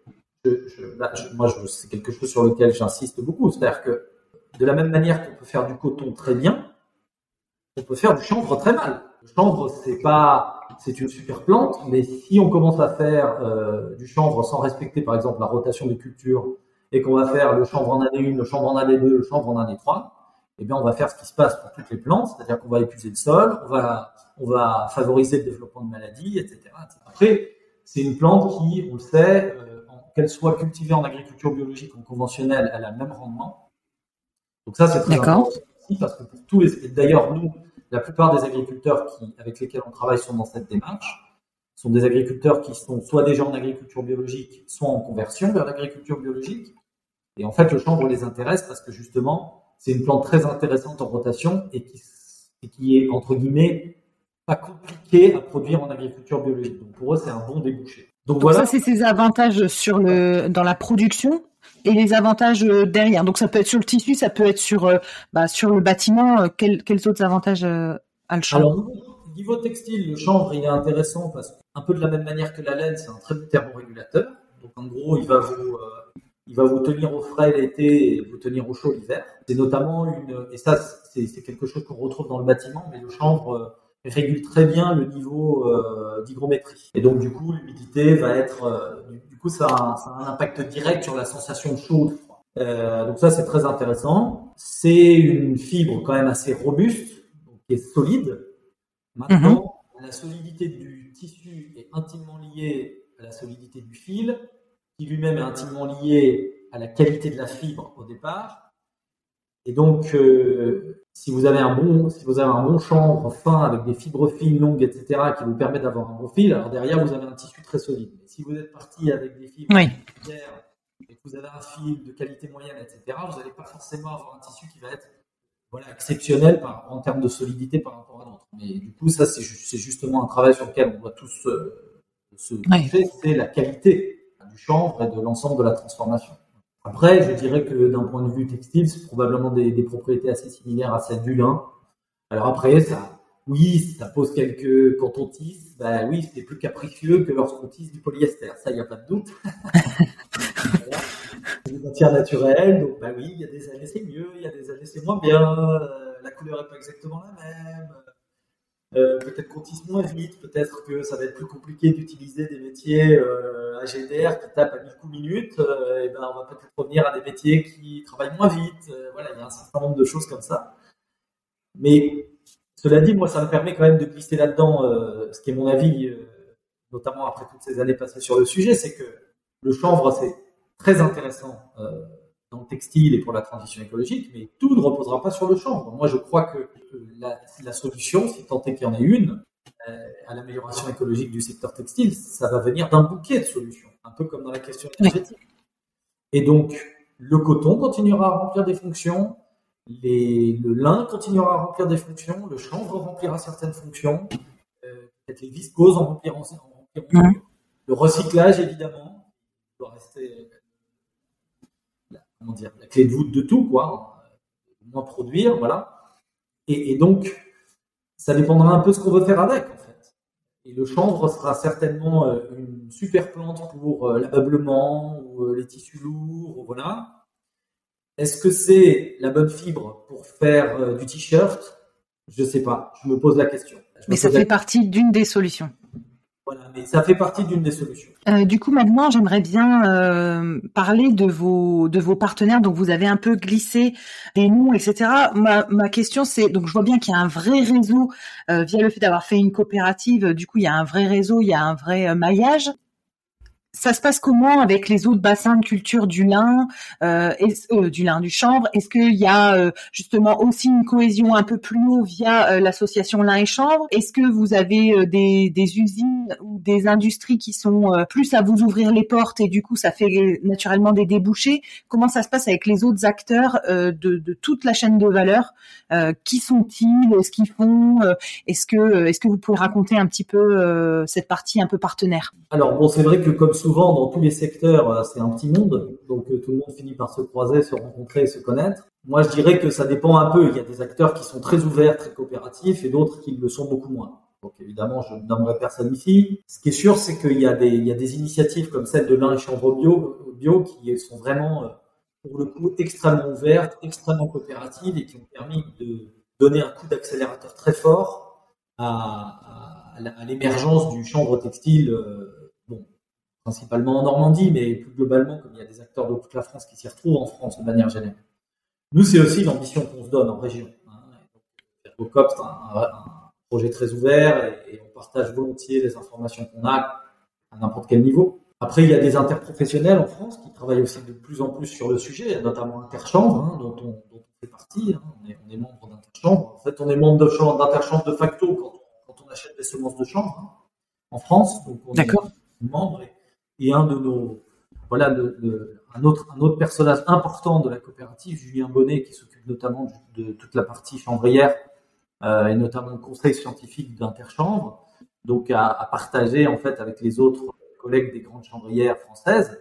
c'est quelque chose sur lequel j'insiste beaucoup, c'est-à-dire que de la même manière qu'on peut faire du coton très bien, on peut faire du chanvre très mal. Le chanvre, c'est une super plante, mais si on commence à faire du chanvre sans respecter par exemple la rotation des cultures, et qu'on va faire le chanvre en année 1, le chanvre en année 2, le chanvre en année 3, eh bien on va faire ce qui se passe pour toutes les plantes, c'est-à-dire qu'on va épuiser le sol, on va favoriser le développement de maladies, etc. Après, c'est une plante qui, on le sait, qu'elle soit cultivée en agriculture biologique ou conventionnelle, elle a le même rendement. Donc ça, c'est très important aussi, parce que pour tous les... D'ailleurs, nous, la plupart des agriculteurs avec lesquels on travaille sont dans cette démarche, sont des agriculteurs qui sont soit déjà en agriculture biologique, soit en conversion vers l'agriculture biologique. Et en fait, le chanvre les intéresse parce que justement, c'est une plante très intéressante en rotation et qui est, entre guillemets, pas compliqué à produire en agriculture biologique. Donc pour eux, c'est un bon débouché. Donc voilà. Ça, c'est ses avantages dans la production et les avantages derrière. Donc ça peut être sur le tissu, ça peut être sur le bâtiment. Quels autres avantages a le chanvre? Alors, niveau textile, le chanvre, il est intéressant parce qu'un peu de la même manière que la laine, c'est un très bon thermorégulateur. Donc en gros, il va vous tenir au frais l'été et vous tenir au chaud l'hiver. C'est notamment et ça, c'est quelque chose qu'on retrouve dans le bâtiment, mais le chanvre régule très bien le niveau d'hygrométrie. Et donc, du coup, l'humidité va être... du coup, ça a un impact direct sur la sensation de chaud ou de froid. Donc ça, c'est très intéressant. C'est une fibre quand même assez robuste, donc qui est solide. Maintenant, la solidité du tissu est intimement liée à la solidité du fil, qui lui-même est intimement lié à la qualité de la fibre au départ. Et donc, si vous avez un bon chanvre fin avec des fibres fines, longues, etc., qui vous permet d'avoir un bon fil, alors derrière, vous avez un tissu très solide. Mais si vous êtes parti avec des fibres et que vous avez un fil de qualité moyenne, etc., vous n'allez pas forcément avoir un tissu qui va être exceptionnel en termes de solidité par rapport à d'autres. Mais du coup, ça, c'est justement un travail sur lequel on doit tous se pencher, c'est la qualité du chanvre et de l'ensemble de la transformation. Après, je dirais que d'un point de vue textile, c'est probablement des propriétés assez similaires à celles du lin. Alors après, ça pose quelques... Quand on tisse, c'est plus capricieux que lorsqu'on tisse du polyester. Ça, il n'y a pas de doute. Voilà. C'est des matières naturelles, donc il y a des années c'est mieux, il y a des années c'est moins bien, la couleur n'est pas exactement la même, Peut-être qu'on tisse moins vite, peut-être que ça va être plus compliqué d'utiliser des métiers AGDR qui tapent à 1000 coups minutes. Et ben, on va peut-être revenir à des métiers qui travaillent moins vite. Voilà, il y a un certain nombre de choses comme ça. Mais cela dit, moi, ça me permet quand même de glisser là-dedans, ce qui est mon avis, notamment après toutes ces années passées sur le sujet, c'est que le chanvre, c'est très intéressant dans le textile et pour la transition écologique, mais tout ne reposera pas sur le chanvre. Moi, je crois que la solution, si tant est qu'il y en ait une, à l'amélioration écologique du secteur textile, ça va venir d'un bouquet de solutions, un peu comme dans la question énergétique. Et donc, le coton continuera à remplir des fonctions, le lin continuera à remplir des fonctions, le chanvre remplira certaines fonctions, peut-être les viscoses en rempliront une. Le recyclage, évidemment, doit rester la clé de voûte de tout, quoi. Moins produire, voilà. Et donc, ça dépendra un peu de ce qu'on veut faire avec, en fait. Et le chanvre sera certainement une super plante pour l'ameublement ou les tissus lourds, voilà. Est-ce que c'est la bonne fibre pour faire du t-shirt? Je sais pas. Je me pose la question. Mais ça fait partie d'une des solutions. Voilà, mais ça fait partie d'une des solutions. Du coup, maintenant, j'aimerais bien parler de vos partenaires. Donc, vous avez un peu glissé des noms, etc. Ma question, c'est, donc je vois bien qu'il y a un vrai réseau via le fait d'avoir fait une coopérative. Du coup, il y a un vrai réseau, il y a un vrai maillage. Ça se passe comment avec les autres bassins de culture du lin, du chanvre? Est-ce qu'il y a justement aussi une cohésion un peu plus haut via l'association lin et chanvre? Est-ce que vous avez des usines ou des industries qui sont plus à vous ouvrir les portes et du coup ça fait naturellement des débouchés? Comment ça se passe avec les autres acteurs de toute la chaîne de valeur? Qui sont-ils? Ce qu'ils font? Est-ce que vous pouvez raconter un petit peu cette partie un peu partenaire? Alors bon, c'est vrai que comme souvent dans tous les secteurs, c'est un petit monde, donc tout le monde finit par se croiser, se rencontrer et se connaître. Moi, je dirais que ça dépend un peu. Il y a des acteurs qui sont très ouverts, très coopératifs, et d'autres qui le sont beaucoup moins. Donc évidemment, je ne nommerai personne ici. Ce qui est sûr, c'est qu'il y a des initiatives comme celle de lin et chanvre bio qui sont vraiment, pour le coup, extrêmement ouvertes, extrêmement coopératives et qui ont permis de donner un coup d'accélérateur très fort à l'émergence du chanvre textile, principalement en Normandie, mais plus globalement, comme il y a des acteurs de toute la France qui s'y retrouvent en France de manière générale. Nous, c'est aussi l'ambition qu'on se donne en région. ErgoCop, c'est un projet très ouvert et on partage volontiers les informations qu'on a à n'importe quel niveau. Après, il y a des interprofessionnels en France qui travaillent aussi de plus en plus sur le sujet, notamment Interchanvre, dont on fait partie. On est membre d'Interchanvre. En fait, on est membre d'Interchanvre de facto quand on achète des semences de chanvre en France. Donc, on est membre. Et un de nos, un autre personnage important de la coopérative, Julien Bonnet, qui s'occupe notamment de toute la partie chanvrière et notamment le conseil scientifique d'Interchanvre, donc à partager en fait avec les autres collègues des grandes chanvrières françaises.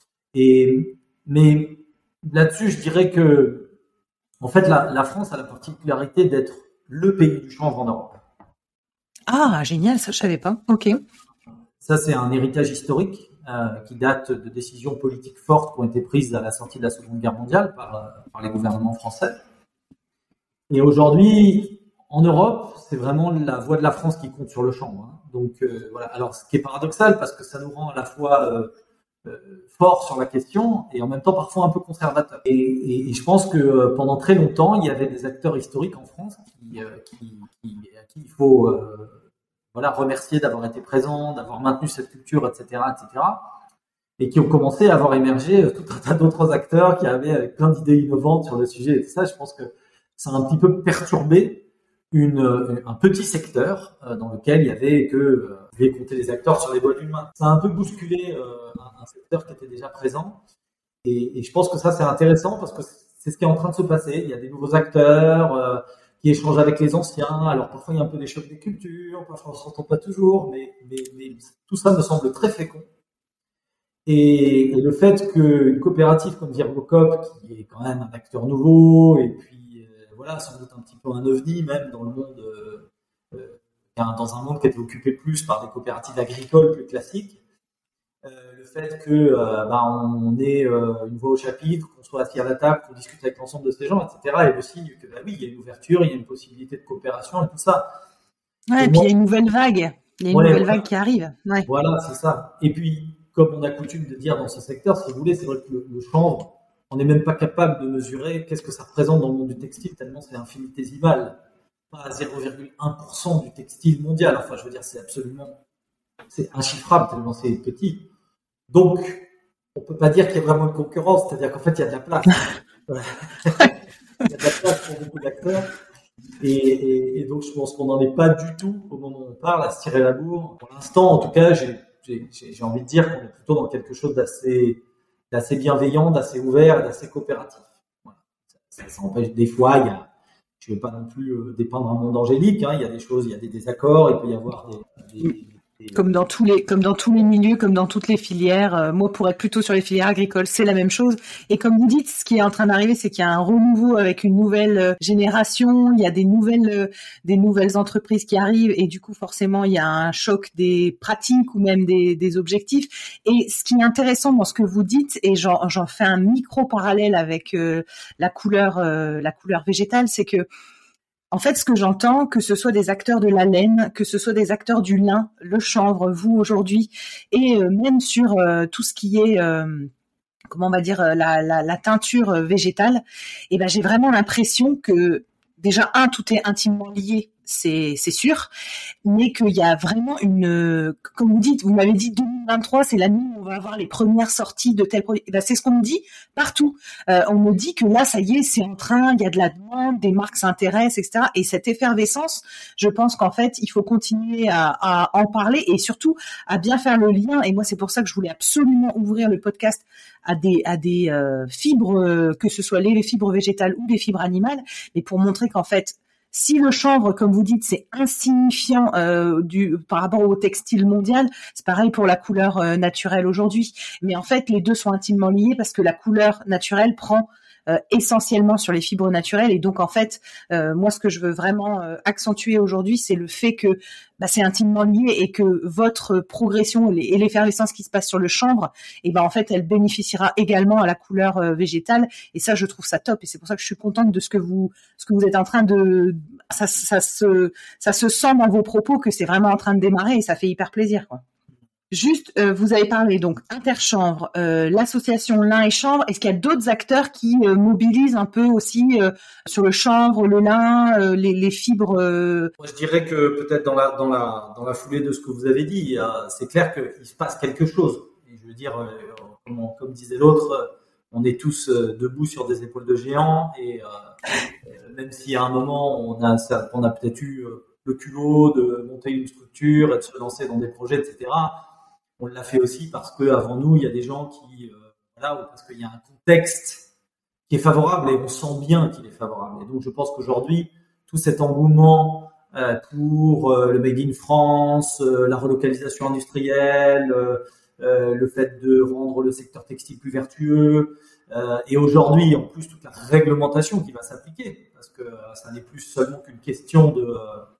Mais là-dessus, je dirais que en fait la France a la particularité d'être le pays du chanvre en Europe. Ah, génial, ça je savais pas. Ok. Ça, c'est un héritage historique qui date de décisions politiques fortes qui ont été prises à la sortie de la Seconde Guerre mondiale par les gouvernements français. Et aujourd'hui, en Europe, c'est vraiment la voix de la France qui compte sur le chanvre. Donc voilà. Alors, ce qui est paradoxal parce que ça nous rend à la fois fort sur la question et en même temps parfois un peu conservateur. Et je pense que pendant très longtemps, il y avait des acteurs historiques en France à qui il faut remercier d'avoir été présents, d'avoir maintenu cette culture, etc., et qui ont commencé à avoir émergé tout un tas d'autres acteurs qui avaient plein d'idées innovantes sur le sujet et tout ça. Je pense que ça a un petit peu perturbé un petit secteur dans lequel il y avait vous pouvez compter les acteurs sur les doigts d'une main. Ça a un peu bousculé un secteur qui était déjà présent, et je pense que ça c'est intéressant parce que c'est ce qui est en train de se passer. Il y a des nouveaux acteurs qui échangent avec les anciens. Alors parfois il y a un peu des chocs des cultures, parfois on s'entend pas toujours, mais tout ça me semble très fécond. Et le fait qu'une coopérative comme ErgoCop, qui est quand même un acteur nouveau, et puis sans doute un petit peu un ovni même dans le monde, dans un monde qui était occupé plus par des coopératives agricoles que classiques, le fait que on ait une voix au chapitre, qu'on soit assis à la table, qu'on discute avec l'ensemble de ces gens, etc., est le signe que oui, il y a une ouverture, il y a une possibilité de coopération et tout ça. Ouais, et puis il y a une nouvelle vague. Il y a une nouvelle vague qui arrive. Ouais. Voilà, c'est ça. Et puis, comme on a coutume de dire dans ce secteur, si vous voulez, c'est vrai que le chanvre, on n'est même pas capable de mesurer qu'est-ce que ça représente dans le monde du textile, tellement c'est infinitésimal. Pas à 0,1% du textile mondial. Enfin, je veux dire, c'est inchiffrable tellement c'est petit. Donc, on peut pas dire qu'il y a vraiment une concurrence, c'est-à-dire qu'en fait, il y a de la place. Il y a de la place pour beaucoup d'acteurs. Et donc, je pense qu'on n'en est pas du tout au moment où on parle à se tirer la bourre. Pour l'instant, en tout cas, j'ai envie de dire qu'on est plutôt dans quelque chose d'assez bienveillant, d'assez ouvert et d'assez coopératif. Voilà. Ça empêche des fois, je ne veux pas non plus dépeindre un monde angélique. Hein, il y a des choses, il y a des désaccords, il peut y avoir comme dans tous les milieux, comme dans toutes les filières. Moi, pour être plutôt sur les filières agricoles, c'est la même chose. Et comme vous dites, ce qui est en train d'arriver, c'est qu'il y a un renouveau avec une nouvelle génération. Il y a des nouvelles entreprises qui arrivent, et du coup, forcément, il y a un choc des pratiques ou même des objectifs. Et ce qui est intéressant dans ce que vous dites, et j'en fais un micro parallèle avec la couleur végétale, c'est que en fait, ce que j'entends, que ce soit des acteurs de la laine, que ce soit des acteurs du lin, le chanvre, vous aujourd'hui, et même sur tout ce qui est, comment on va dire, la teinture végétale, et ben j'ai vraiment l'impression que déjà tout est intimement lié, c'est sûr, mais qu'il y a vraiment comme vous m'avez dit 2023, c'est l'année où on va avoir les premières sorties de tels produits. Ben, c'est ce qu'on me dit partout. On me dit que là, ça y est, c'est en train, il y a de la demande, des marques s'intéressent, etc. Et cette effervescence, je pense qu'en fait, il faut continuer à en parler et surtout à bien faire le lien. Et moi, c'est pour ça que je voulais absolument ouvrir le podcast à des fibres, que ce soit les fibres végétales ou les fibres animales, mais pour montrer qu'en fait, si le chanvre, comme vous dites, c'est insignifiant par rapport au textile mondial, c'est pareil pour la couleur naturelle aujourd'hui. Mais en fait, les deux sont intimement liés parce que la couleur naturelle prend essentiellement sur les fibres naturelles. Et donc, en fait, moi, ce que je veux vraiment accentuer aujourd'hui, c'est le fait que c'est intimement lié et que votre progression et l'effervescence qui se passe sur le chanvre, et en fait, elle bénéficiera également à la couleur végétale. Et ça, je trouve ça top. Et c'est pour ça que je suis contente de ce que vous êtes en train de... Ça se sent dans vos propos que c'est vraiment en train de démarrer et ça fait hyper plaisir, quoi. Juste, vous avez parlé donc Interchanvre, l'association Lin et Chanvre. Est-ce qu'il y a d'autres acteurs qui mobilisent un peu aussi sur le chanvre, le lin, les fibres Moi, je dirais que peut-être dans la foulée de ce que vous avez dit, c'est clair qu'il se passe quelque chose. Et je veux dire, comme disait l'autre, on est tous debout sur des épaules de géants. Et même si à un moment on a peut-être eu le culot de monter une structure et de se lancer dans des projets, etc. On l'a fait aussi parce que avant nous, il y a des gens qui, voilà, parce qu'il y a un contexte qui est favorable et on sent bien qu'il est favorable. Et donc, je pense qu'aujourd'hui, tout cet engouement pour le Made in France, la relocalisation industrielle, le fait de rendre le secteur textile plus vertueux, et aujourd'hui, en plus, toute la réglementation qui va s'appliquer, parce que ça n'est plus seulement qu'une question de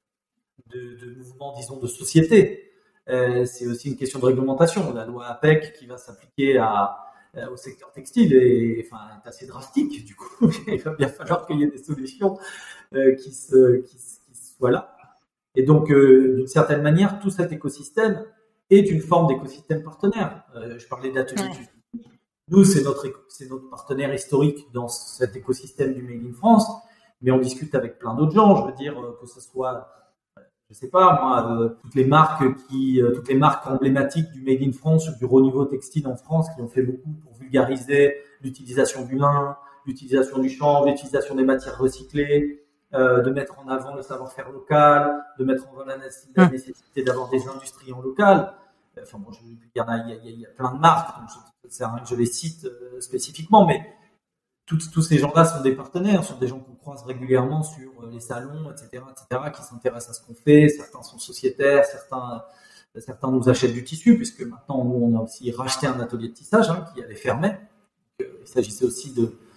mouvement, disons, de société. C'est aussi une question de réglementation. La loi APEC qui va s'appliquer au secteur textile est assez drastique. Du coup, il va bien falloir qu'il y ait des solutions qui soient là. Et donc, d'une certaine manière, tout cet écosystème est une forme d'écosystème partenaire. Je parlais d'ateliers. Nous, c'est notre partenaire historique dans cet écosystème du Made in France, mais on discute avec plein d'autres gens. Je veux dire que ce soit, je sais pas moi, toutes les marques emblématiques du Made in France ou du haut niveau textile en France qui ont fait beaucoup pour vulgariser l'utilisation du lin, l'utilisation du chanvre, l'utilisation des matières recyclées, de mettre en avant le savoir-faire local, de mettre en avant la nécessité d'avoir des industries en local. Enfin bon, il y a plein de marques, donc c'est rien que je les cite spécifiquement, mais tous ces gens-là sont des partenaires, sont des gens qu'on croise régulièrement sur les salons, etc., qui s'intéressent à ce qu'on fait. Certains sont sociétaires, certains nous achètent du tissu, puisque maintenant, nous, on a aussi racheté un atelier de tissage qui avait fermé. Il s'agissait aussi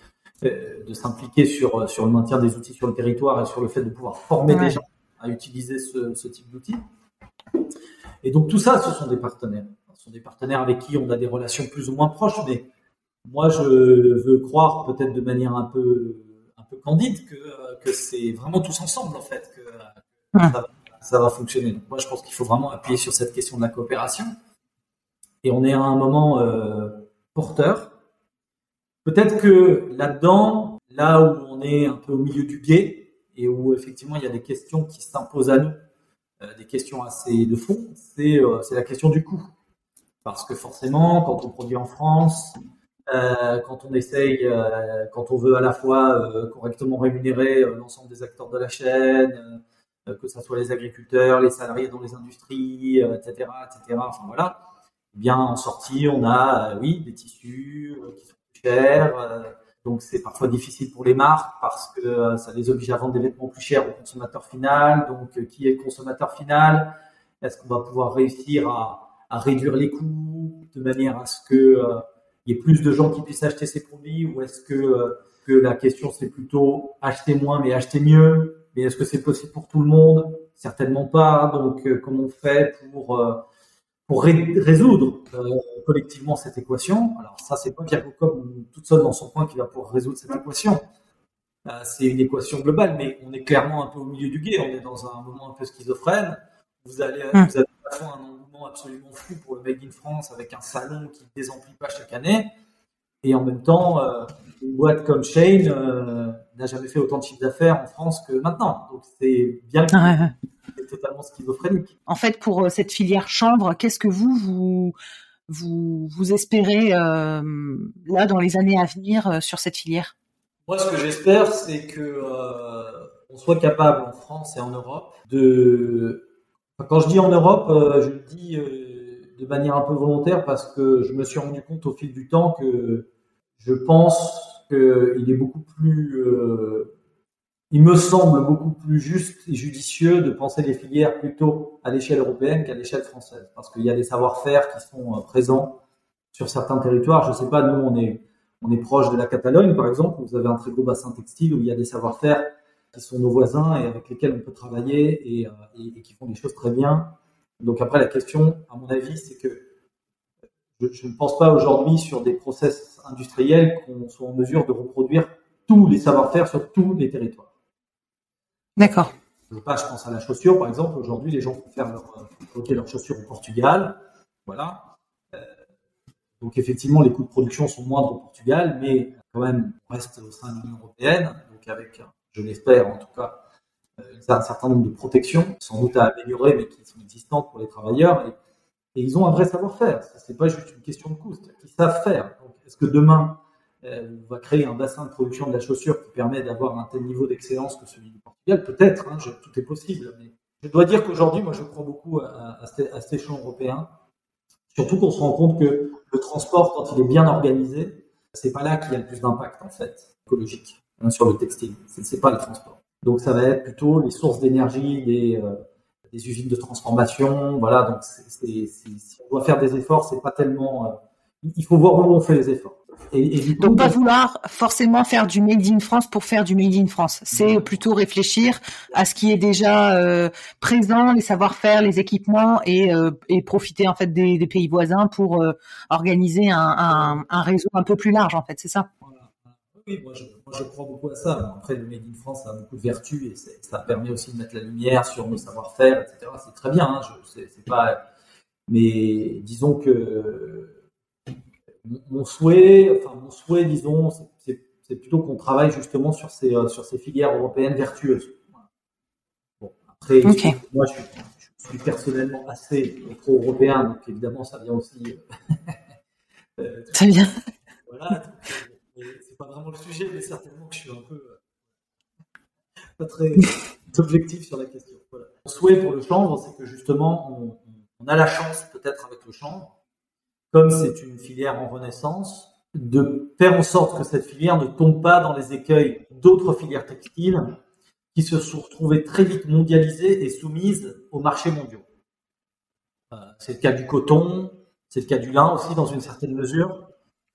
de s'impliquer sur le maintien des outils sur le territoire et sur le fait de pouvoir former des gens à utiliser ce type d'outils. Et donc, tout ça, ce sont des partenaires. Ce sont des partenaires avec qui on a des relations plus ou moins proches, mais moi, je veux croire, peut-être de manière un peu candide, que c'est vraiment tous ensemble, en fait, que ça va fonctionner. Donc moi, je pense qu'il faut vraiment appuyer sur cette question de la coopération. Et on est à un moment porteur. Peut-être que là-dedans, là où on est un peu au milieu du gué et où effectivement il y a des questions qui s'imposent à nous, des questions assez de fond, c'est la question du coût. Parce que forcément, quand on produit en France, quand on essaye, quand on veut à la fois correctement rémunérer l'ensemble des acteurs de la chaîne, que ce soit les agriculteurs, les salariés dans les industries, etc., etc. Enfin voilà. Eh bien, en sortie, on a, oui, des tissus qui sont plus chers. Donc, c'est parfois difficile pour les marques parce que ça les oblige à vendre des vêtements plus chers au consommateur final. Donc, qui est le consommateur final? Est-ce qu'on va pouvoir réussir à réduire les coûts de manière à ce que il y ait plus de gens qui puissent acheter ces produits, ou est-ce que la question c'est plutôt acheter moins mais acheter mieux? Mais est-ce que c'est possible pour tout le monde? Certainement pas. Donc, comment on fait pour résoudre collectivement cette équation? Alors ça, c'est pas Pierre Jacob toute seule dans son coin qui va pouvoir résoudre cette équation. C'est une équation globale, mais on est clairement un peu au milieu du gué. On est dans un moment un peu schizophrène. Vous avez à la fois un engouement absolument fou pour le Made in France avec un salon qui ne désemplit pas chaque année, et en même temps, une boîte comme Shein n'a jamais fait autant de chiffre d'affaires en France que maintenant. Donc c'est bien c'est totalement schizophrénique. En fait, pour cette filière chanvre, qu'est-ce que vous espérez là dans les années à venir sur cette filière? Moi, ce que j'espère, c'est que on soit capable en France et en Europe de. Enfin, quand je dis en Europe, je le dis de manière un peu volontaire parce que je me suis rendu compte au fil du temps que je pense qu'il est beaucoup plus. Il me semble beaucoup plus juste et judicieux de penser les filières plutôt à l'échelle européenne qu'à l'échelle française, parce qu'il y a des savoir-faire qui sont présents sur certains territoires. Je sais pas, nous on est proche de la Catalogne par exemple, où vous avez un très gros bassin textile où il y a des savoir-faire qui sont nos voisins et avec lesquels on peut travailler et qui font des choses très bien. Donc après la question, à mon avis, c'est que je ne pense pas aujourd'hui sur des process industriels qu'on soit en mesure de reproduire tous les savoir-faire sur tous les territoires. D'accord. Je pense à la chaussure, par exemple. Aujourd'hui, les gens font fabriquer leurs chaussures au Portugal. Voilà. Donc, effectivement, les coûts de production sont moindres au Portugal, mais quand même, on reste au sein de l'Union européenne. Donc, avec, je l'espère en tout cas, un certain nombre de protections, sans doute à améliorer, mais qui sont existantes pour les travailleurs. Et ils ont un vrai savoir-faire. C'est pas juste une question de coût. C'est-à-dire qu'ils savent faire. Donc, est-ce que demain, on va créer un bassin de production de la chaussure qui permet d'avoir un tel niveau d'excellence que celui du Portugal? Peut-être, tout est possible. Mais je dois dire qu'aujourd'hui, moi, je crois beaucoup à cet échelon européen. Surtout qu'on se rend compte que le transport, quand il est bien organisé, c'est pas là qu'il y a le plus d'impact, en fait, écologique, sur le textile. C'est pas le transport. Donc, ça va être plutôt les sources d'énergie, des usines de transformation. Voilà. Donc, si on doit faire des efforts, c'est pas tellement, il faut voir où on fait les efforts. Et du coup, donc pas vouloir forcément faire du Made in France pour faire du Made in France. C'est plutôt réfléchir à ce qui est déjà présent, les savoir-faire, les équipements et profiter en fait des pays voisins pour organiser un réseau un peu plus large en fait, c'est ça? Voilà. Oui, moi je crois beaucoup à ça. Après, le Made in France ça a beaucoup de vertus et ça permet aussi de mettre la lumière sur nos savoir-faire, etc. C'est très bien. C'est pas. Mais disons que mon souhait, disons, c'est plutôt qu'on travaille justement sur ces filières européennes vertueuses. Bon, après, moi, je suis personnellement assez pro-européen, donc évidemment, ça vient aussi. Très bien. Voilà, c'est pas vraiment le sujet, mais certainement que je suis un peu pas très objectif sur la question. Voilà. Mon souhait pour le chanvre, c'est que justement, on a la chance, peut-être avec le chanvre, comme c'est une filière en renaissance, de faire en sorte que cette filière ne tombe pas dans les écueils d'autres filières textiles qui se sont retrouvées très vite mondialisées et soumises aux marchés mondiaux. C'est le cas du coton, c'est le cas du lin aussi dans une certaine mesure.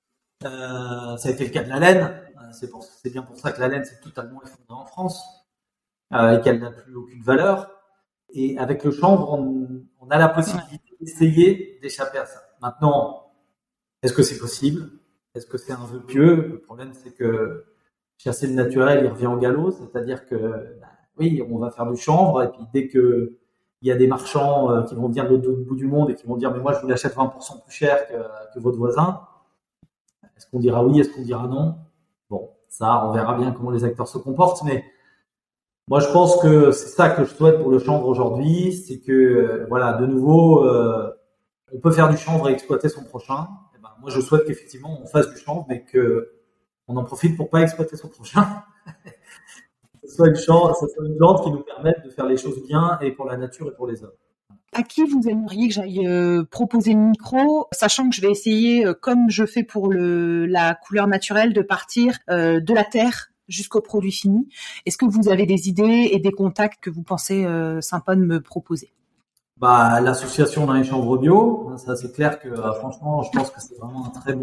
Ça a été le cas de la laine. C'est bien pour ça que la laine s'est totalement effondrée en France et qu'elle n'a plus aucune valeur. Et avec le chanvre, on a la possibilité d'essayer d'échapper à ça. Maintenant, est-ce que c'est possible? Est-ce que c'est un vœu pieux? Le problème, c'est que chasser le naturel, il revient au galop. C'est-à-dire que, oui, on va faire du chanvre et puis dès que il y a des marchands qui vont venir de l'autre bout du monde et qui vont dire mais moi je vous l'achète 20% plus cher que votre voisin. Est-ce qu'on dira oui, est-ce qu'on dira non? Bon, ça, on verra bien comment les acteurs se comportent, mais moi je pense que c'est ça que je souhaite pour le chanvre aujourd'hui, c'est que voilà, de nouveau, on peut faire du chanvre et exploiter son prochain. Et ben, moi je souhaite qu'effectivement on fasse du chanvre, mais que on en profite pour pas exploiter son prochain. Ce soit une plante qui nous permette de faire les choses bien et pour la nature et pour les hommes. À qui vous aimeriez que j'aille proposer le micro, sachant que je vais essayer, comme je fais pour la couleur naturelle, de partir de la terre jusqu'au produit fini. Est-ce que vous avez des idées et des contacts que vous pensez sympa de me proposer? L'association d'un chanvre bio, ça c'est clair que franchement, je pense que c'est vraiment un très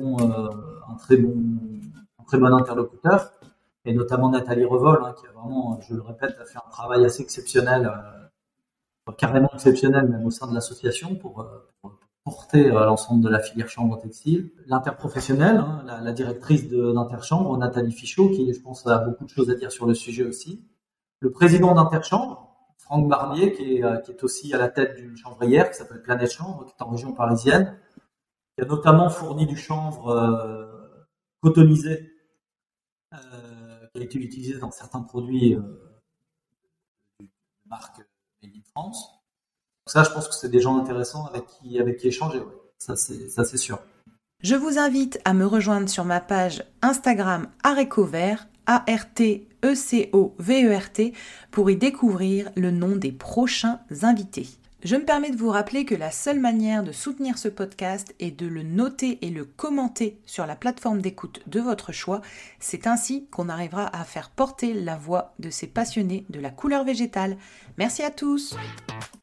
bon interlocuteur. Et notamment Nathalie Revol, qui a vraiment, je le répète, a fait un travail assez exceptionnel, carrément exceptionnel même au sein de l'association pour porter l'ensemble de la filière chanvre textile. L'interprofessionnelle, la directrice d'Interchambre, Nathalie Fichot, qui je pense a beaucoup de choses à dire sur le sujet aussi. Le président d'Interchambre, Franck Barbier, qui est aussi à la tête d'une chanvrière qui s'appelle Planète Chanvre, qui est en région parisienne, qui a notamment fourni du chanvre cotonisé, qui a été utilisé dans certains produits de marque Made in France. Donc ça, je pense que c'est des gens intéressants avec qui échanger. Ouais. Ça, c'est sûr. Je vous invite à me rejoindre sur ma page Instagram Arécovert, ARTECOVERT, pour y découvrir le nom des prochains invités. Je me permets de vous rappeler que la seule manière de soutenir ce podcast est de le noter et le commenter sur la plateforme d'écoute de votre choix. C'est ainsi qu'on arrivera à faire porter la voix de ces passionnés de la couleur végétale. Merci à tous!